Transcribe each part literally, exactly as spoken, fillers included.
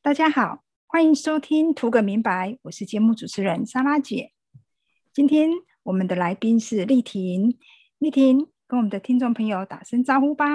大家好，欢迎收听图个明白，我是节目主持人莎拉姐。今天我们的来宾是丽婷，丽婷跟我们的听众朋友打声招呼吧。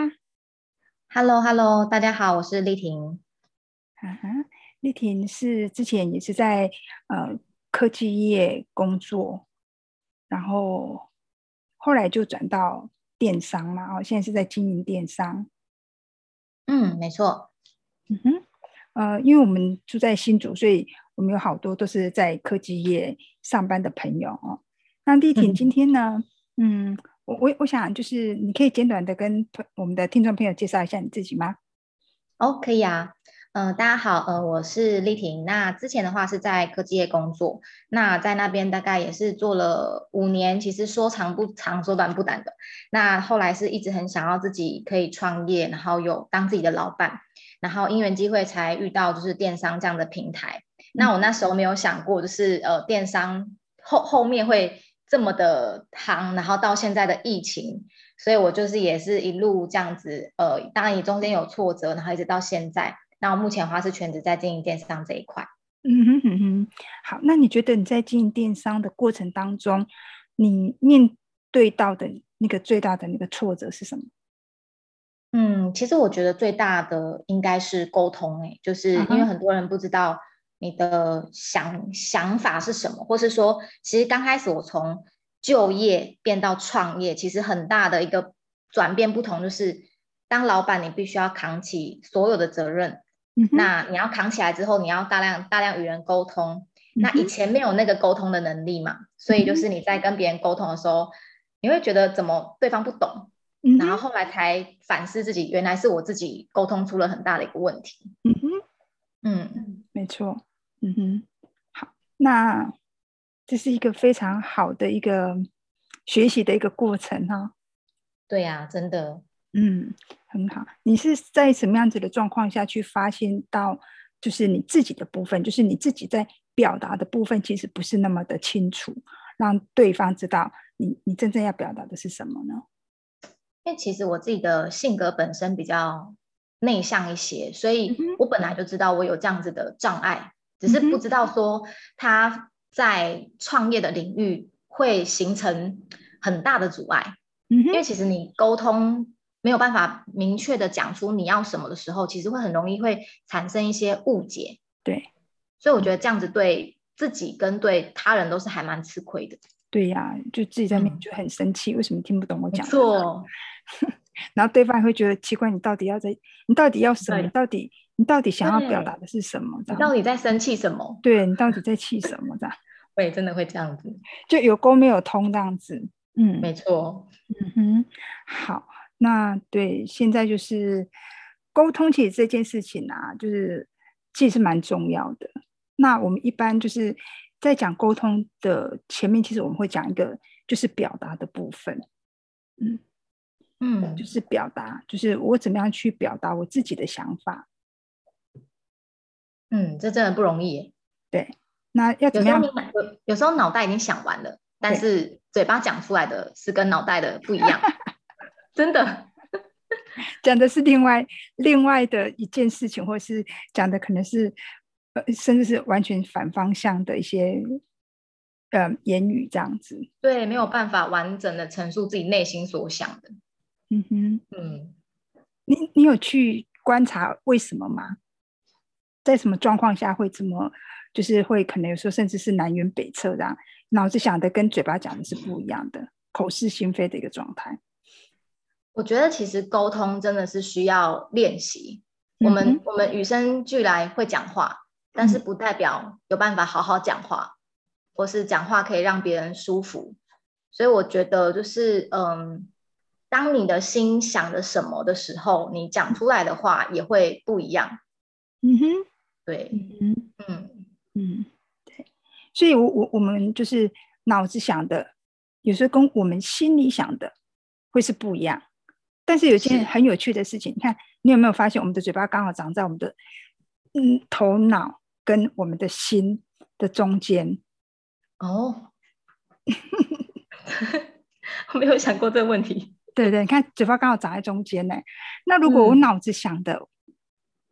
Hello Hello，大家好，我是丽婷。 啊哈，丽婷是之前也是在呃科技业工作，然后后来就转到电商嘛，哦，现在是在经营电商。 嗯，没错。 嗯哼，呃，因为我们住在新竹，所以我们有好多都是在科技业上班的朋友哦。那丽婷今天呢，嗯，我我我想就是你可以简短的跟我们的听众朋友介绍一下你自己吗？ 哦，可以啊。嗯、呃，大家好，呃，我是丽婷。那之前的话是在科技业工作，那在那边大概也是做了五年，其实说长不长，说短不短的。那后来是一直很想要自己可以创业，然后有当自己的老板，然后因缘机会才遇到就是电商这样的平台。 嗯那我那时候没有想过，就是呃电商后后面会这么的夯，然后到现在的疫情。所以我就是也是一路这样子，呃，当然也中间有挫折，然后一直到现在。那我目前的话是全职在经营电商这一块。 嗯哼哼哼，好，那你觉得你在经营电商的过程当中，你面对到的那个最大的那个挫折是什么？ 嗯，其实我觉得最大的应该是沟通，诶，就是因为啊哈， 很多人不知道你的想想法是什么，或是说，其实刚开始我从就业变到创业，其实很大的一个转变不同，就是当老板你必须要扛起所有的责任， 嗯哼， 那你要扛起来之后，你要大量大量与人沟通，那以嗯哼， 前没有那个沟通的能力嘛，所以就嗯哼， 是你在跟别人沟通的时候，你会觉得怎么对方不懂。 嗯哼， 然后后来才反思自己，原来是我自己沟通出了很大的一个问题。 嗯哼。 嗯， 嗯，没错，嗯哼，好，那这是一个非常好的一个学习的一个过程哈、 对呀、真的。 嗯，很好。你是在什么样子的状况下去发现到，就是你自己的部分，就是你自己在表达的部分，其实不是那么的清楚，让对方知道你你真正要表达的是什么呢？ 因为其实我自己的性格本身比较内向一些，所以嗯哼， 我本来就知道我有这样子的障碍，只嗯哼， 是不知道说他在创业的领域会形成很大的阻碍。 嗯哼， 因为其实你沟通没有办法明确的讲出你要什么的时候，其实会很容易会产生一些误解。 对， 所以我觉得这样子对自己跟对他人都是还蛮吃亏的。 对呀，就自己在面嗯， 就很生气，为什么听不懂我没讲的？ 错。 然后对方会觉得奇怪，你到底要在，你到底要什么？你对到底你到底想要表达对， 的是什么？这样， 你到底在生气什么？ 对你到底在气什么？这样我也真的会这样子。 就有沟没有通这样子。嗯没错。 嗯哼，好，那对，现在就是沟通，其实这件事情啊，就是其实是蛮重要的。那我们一般就是在讲沟通的前面，其实我们会讲一个就是表达的部分。嗯，就嗯是表达，就是我怎么样去表达我自己的想法。 嗯，这真的不容易耶。 对，那要怎有时候你么样？ 脑有有时候脑袋已经想完了，但对， 是嘴巴讲出来的是跟脑袋的不一样，真的。 讲的是另外另外的一件事情，或是讲的可能是呃，甚至是完全反方向的一些呃言语这样子。 对，没有办法完整的陈述自己内心所想的。 嗯哼， 嗯。 你你有去观察为什么吗？在什么状况下会这么，就是会可能有时候甚至是南辕北辙这样，脑子想的跟嘴巴讲的是不一样的，口是心非的一个状态。 我觉得其实沟通真的是需要练习。我嗯哼， 们我们与生俱来会讲话，但是嗯不代表有办法好好讲话，或是讲话可以让别人舒服。所以我觉得就是，嗯，当你的心想着什么的时候，你讲出来的话也会不一样。 嗯哼， 对。 嗯哼， 嗯， 嗯，对。所以我，我我们就是脑子想的，有时候跟我们心里想的会是不一样。但是有件是。 很有趣的事情，你看，你有没有发现，我们的嘴巴刚好长在我们的嗯头脑跟我们的心的中间？ 哦，我没有想过这个问题。 对对，你看嘴巴刚好长在中间呢。那如果我嗯， 脑子想的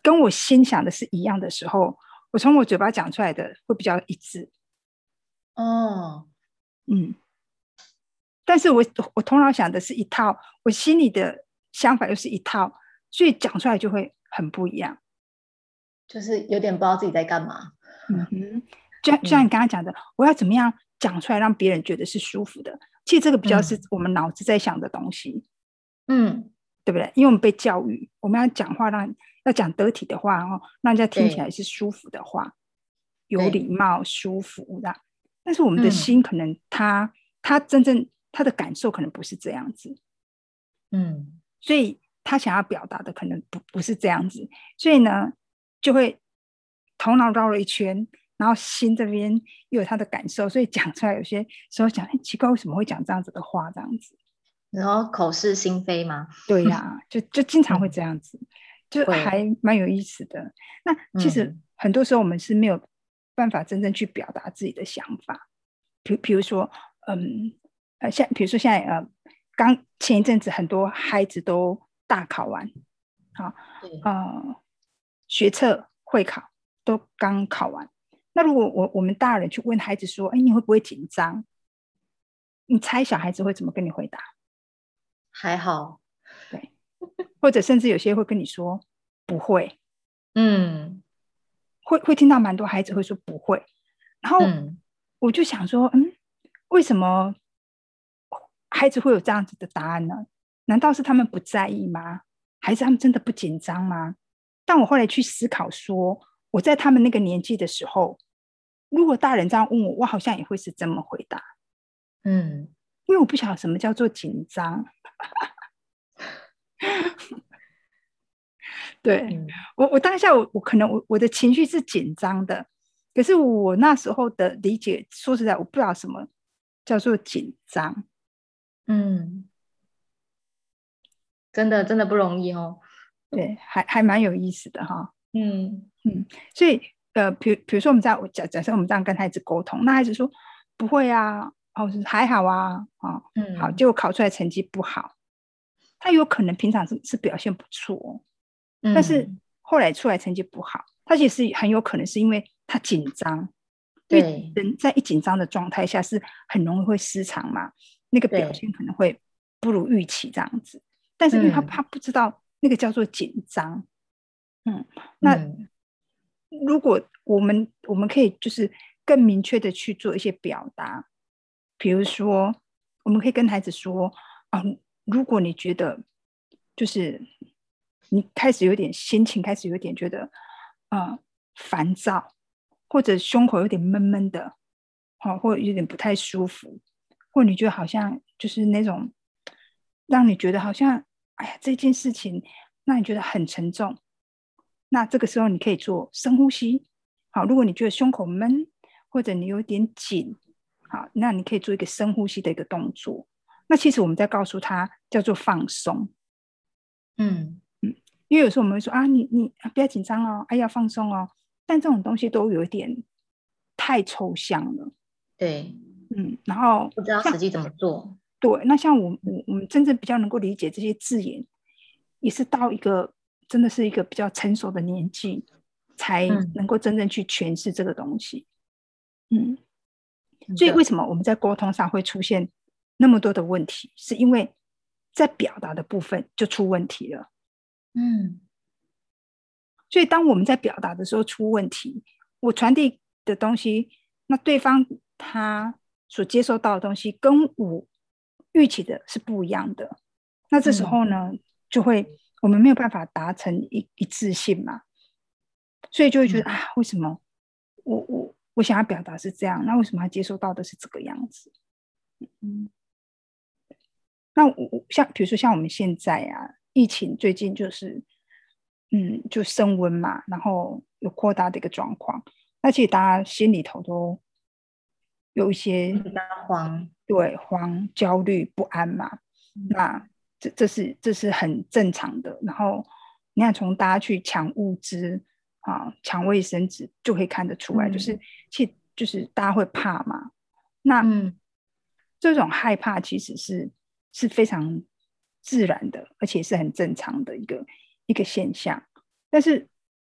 跟我心想的是一样的时候，我从我嘴巴讲出来的会比较一致。 哦， 嗯，但是我我头脑想的是一套，我心里的想法又是一套，所以讲出来就会很不一样。 就是有点不知道自己在干嘛。 嗯哼，就就像你刚刚讲的，我要怎么样讲出来让别人觉得是舒服的？其实这个比较是我们脑子在想的东西， 嗯， 对不对？因为我们被教育，我们要讲话让要讲得体的话哦，让人家听起来是舒服的话，有礼貌、舒服的。但是我们的心可能他他真正他的感受可能不是这样子， 嗯， 所以他想要表达的可能不不是这样子，所以呢就会头脑绕了一圈，然后心这边又有他的感受，所以讲出来有些时候讲，哎，奇怪，为什么会讲这样子的话？这样子， 然后口是心非吗？ 对呀、啊，就就经常会嗯， 这样子，就会， 还蛮有意思的。那其实嗯很多时候我们是没有办法真正去表达自己的想法，比比如说，嗯，呃，像比如说现在呃，刚前一阵子很多孩子都大考完，好， 对， 呃，学测会考都刚考完。那如果我我们大人去问孩子说，哎，你会不会紧张？你猜小孩子会怎么跟你回答？ 还好。 对，或者甚至有些会跟你说不会， 嗯会会听到蛮多孩子会说不会。然后嗯我就想说，嗯，为什么孩子会有这样子的答案呢？难道是他们不在意吗？还是他们真的不紧张吗？但我后来去思考说，我在他们那个年纪的时候，如果大人这样问我，我好像也会是这么回答， 嗯， 因为我不晓得什么叫做紧张。对， 嗯， 我，我当下我我可能我我的情绪是紧张的，可是我那时候的理解，说实在，我不知道什么叫做紧张。 嗯，真的真的不容易哦。 对，还还蛮有意思的哈。 嗯嗯，所以呃，比比如说我们在假假设我们这样跟孩子沟通，那孩子说不会啊，哦还好啊，哦好， 嗯结果考出来成绩不好，他有可能平常是是表现不错哦，但是嗯， 后来出来成绩不好，他其实很有可能是因为他紧张，因为对人在一紧张的状态下是很容易会失常嘛，那个表对， 现可能会不如预期这样子。但是因为他他嗯不知道那个叫做紧张，嗯，那嗯如果我们我们可以就是更明确的去做一些表达，比如说我们可以跟孩子说，啊，如果你觉得就是你开始有点心情开始有点觉得呃烦躁，或者胸口有点闷闷的，好、或者有点不太舒服，或你觉得好像就是那种让你觉得好像哎呀这件事情让你觉得很沉重，那这个时候你可以做深呼吸。好，如果你觉得胸口闷，或者你有点紧，好，那你可以做一个深呼吸的一个动作。那其实我们在告诉他叫做放松， 嗯， 嗯，因为有时候我们会说啊，你你不要紧张哦，哎要放松哦，但这种东西都有一点太抽象了， 对， 嗯，然后不知道实像际怎么做。 对，那像我我我们真正比较能够理解这些字眼，也是到一个真的是一个比较成熟的年纪，才嗯， 能够真正去诠释这个东西。嗯，所以为真的， 什么我们在沟通上会出现那么多的问题，是因为在表达的部分就出问题了。 嗯所以当我们在表达的时候出问题，我传递的东西，那对方他所接收到的东西跟我预期的是不一样的。那这时嗯候呢，就会我们没有办法达成一一致性嘛，所以就会觉得嗯啊，为什么我我我想要表达是这样，那为什么他接收到的是这个样子？ 嗯那我像比如说像我们现在啊，疫情最近就是嗯就升温嘛，然后有扩大的一个状况，那其实大家心里头都有一些比较慌。 对慌、焦虑、不安嘛。那这这是这是很正常的。然后你看，从大家去抢物资啊、抢卫生纸就可以看得出来，就是嗯其就是大家会怕嘛。那嗯这种害怕其实是是非常自然的，而且是很正常的一个一个现象。但是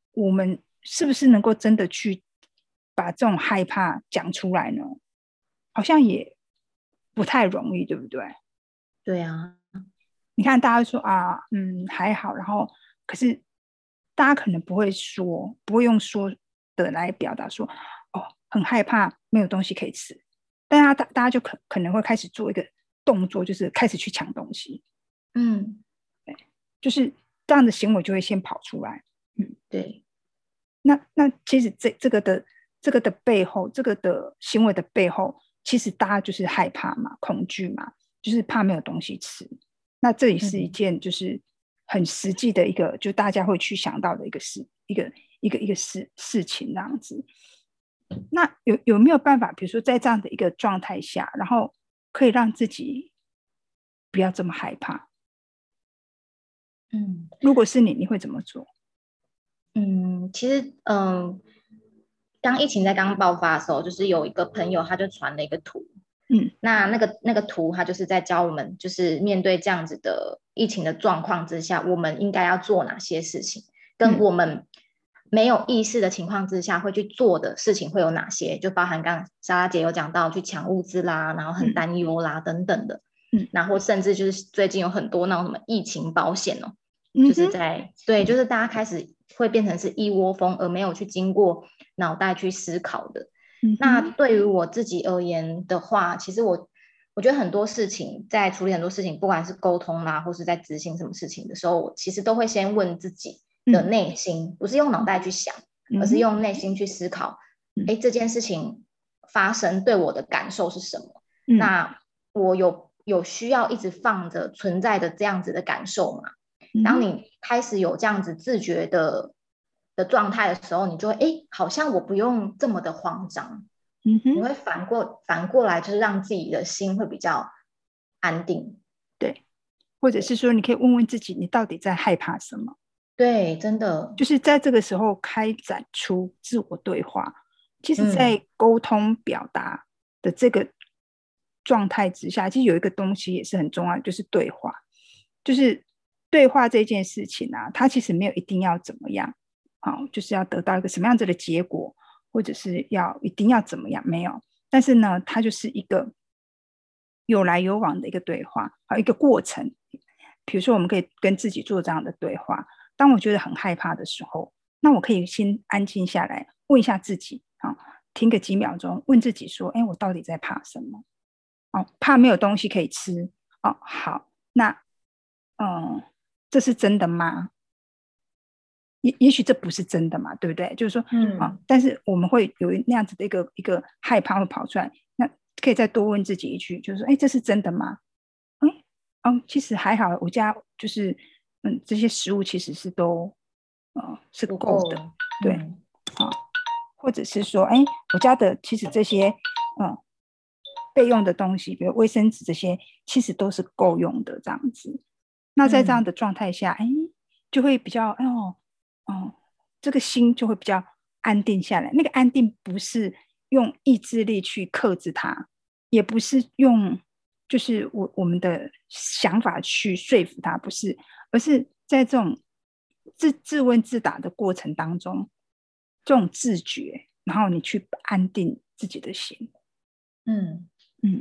我们是不是能够真的去把这种害怕讲出来呢？好像也不太容易，对不对？ 对啊， 你看大家说啊，嗯，还好，然后可是大家可能不会说，不会用说的来表达说，哦，很害怕没有东西可以吃，但大大家就可可能会开始做一个动作，就是开始去抢东西， 嗯， 就是这样的行为就会先跑出来。嗯， 对， 那那其实这这个的这个的背后，这个的行为的背后，其实大家就是害怕嘛，恐惧嘛，就是怕没有东西吃。那这也是一嗯件就是很实际的一个，就大家会去想到的一个事，一个一个一个事事情这样子。那有有没有办法，比如说在这样的一个状态下，然后可以让自己不要这么害怕？ 嗯如果是你，你会怎么做？ 嗯，其实嗯，当疫情在刚爆发的时候，就是有一个朋友他就传了一个图， 嗯那那个那个图，他就是在教我们，就是面对这样子的疫情的状况之下，我们应该要做哪些事情，跟嗯我们没有意识的情况之下会去做的事情会有哪些，就包含刚刚莎拉姐有讲到去抢物资啦，然后很嗯担忧啦等等的， 嗯然后甚至就是最近有很多那种什么疫情保险哦，就是嗯哼在对，就是大家开始会变成是一窝蜂，而没有去经过脑袋去思考的。那嗯哼对于我自己而言的话，其实我我觉得很多事情在处理很多事情，不管是沟通啦，或是在执行什么事情的时候，我其实都会先问自己的嗯内心，不是用脑袋去想，而是嗯哼用内心去思考， 嗯哎，这件事情发生对我的感受是什么？ 嗯那我有有需要一直放着存在的这样子的感受吗？ 嗯哼当你开始有这样子自觉的的状态的时候，你就会哎，好像我不用这么的慌张， 嗯哼， 你会反过反过来，就是让自己的心会比较安定。 对，或者是对说，你可以问问自己，你到底在害怕什么？ 对，真的， 就是在这个时候开展出自我对话。其实， 嗯在沟通表达的这个状态之下，其实有一个东西也是很重要，就是对话。就是对话这件事情啊，它其实没有一定要怎么样，好、就是要得到一个什么样子的结果，或者是要一定要怎么样，没有。但是呢，它就是一个有来有往的一个对话，好一个过程。比如说，我们可以跟自己做这样的对话。当我觉得很害怕的时候，那我可以先安静下来，问一下自己，啊，停个几秒钟，问自己说：“哎，我到底在怕什么？哦，怕没有东西可以吃。哦，好，那，嗯，这是真的吗？也也许这不是真的嘛，对不对？就是说，啊， 嗯但是我们会有那样子的一个一个害怕会跑出来，那可以再多问自己一句，就是说，哎，这是真的吗？哎，哦，其实还好，我家就是嗯，这些食物其实是都呃是足够的， 够， 对嗯啊，或者是说，哎，我家的其实这些嗯备用的东西，比如卫生纸这些，其实都是够用的这样子。那在这样嗯的状态下，哎，就会比较，哎呦，哦，这个心就会比较安定下来。那个安定不是用意志力去克制它，也不是用就是我我们的想法去说服他，不是，而是在这种自自问自答的过程当中，这种自觉，然后你去安定自己的心。 嗯嗯，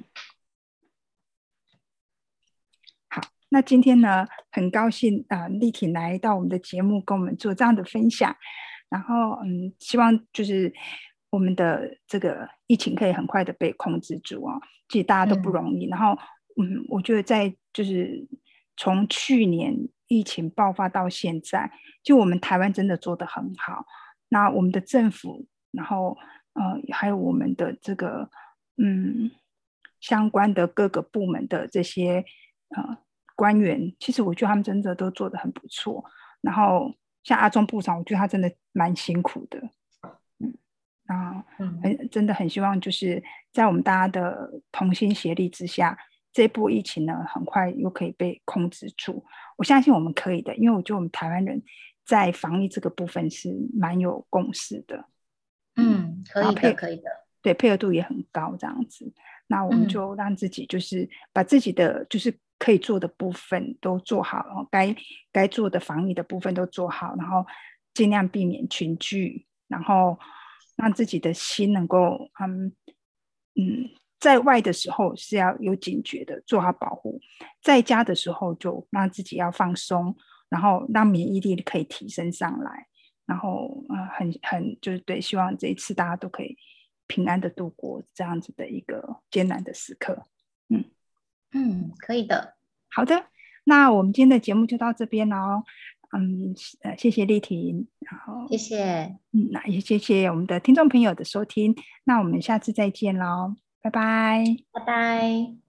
好，那今天呢，很高兴啊、呃，丽婷来到我们的节目，跟我们做这样的分享。然后，嗯，希望就是我们的这个疫情可以很快的被控制住啊、哦。其实大家都不嗯容易。然后，嗯，我觉得在就是从去年疫情爆发到现在，就我们台湾真的做得很好。那我们的政府，然后呃，还有我们的这个嗯相关的各个部门的这些呃官员，其实我觉得他们真的都做得很不错。然后像阿中部长，我觉得他真的蛮辛苦的，嗯，然后嗯很真的很希望就是在我们大家的同心协力之下，这波疫情呢很快又可以被控制住。我相信我们可以的，因为我觉得我们台湾人在防疫这个部分是蛮有共识的，嗯， 嗯，可以的， 然后配可以的， 对配合度也很高，这样子。那我们嗯就让自己就是把自己的就是可以做的部分都做好，然后该该做的防疫的部分都做好，然后尽量避免群聚，然后让自己的心能够嗯嗯，在外的时候是要有警觉的，做好保护；在家的时候就让自己要放松，然后让免疫力可以提升上来。然后呃，很很就是对，希望这一次大家都可以平安的度过这样子的一个艰难的时刻。嗯嗯，可以的。 好的，那我们今天的节目就到这边喽。嗯，呃，谢谢丽婷，然后谢谢， 嗯，那也谢谢我们的听众朋友的收听，那我们下次再见喽，拜拜。 拜拜。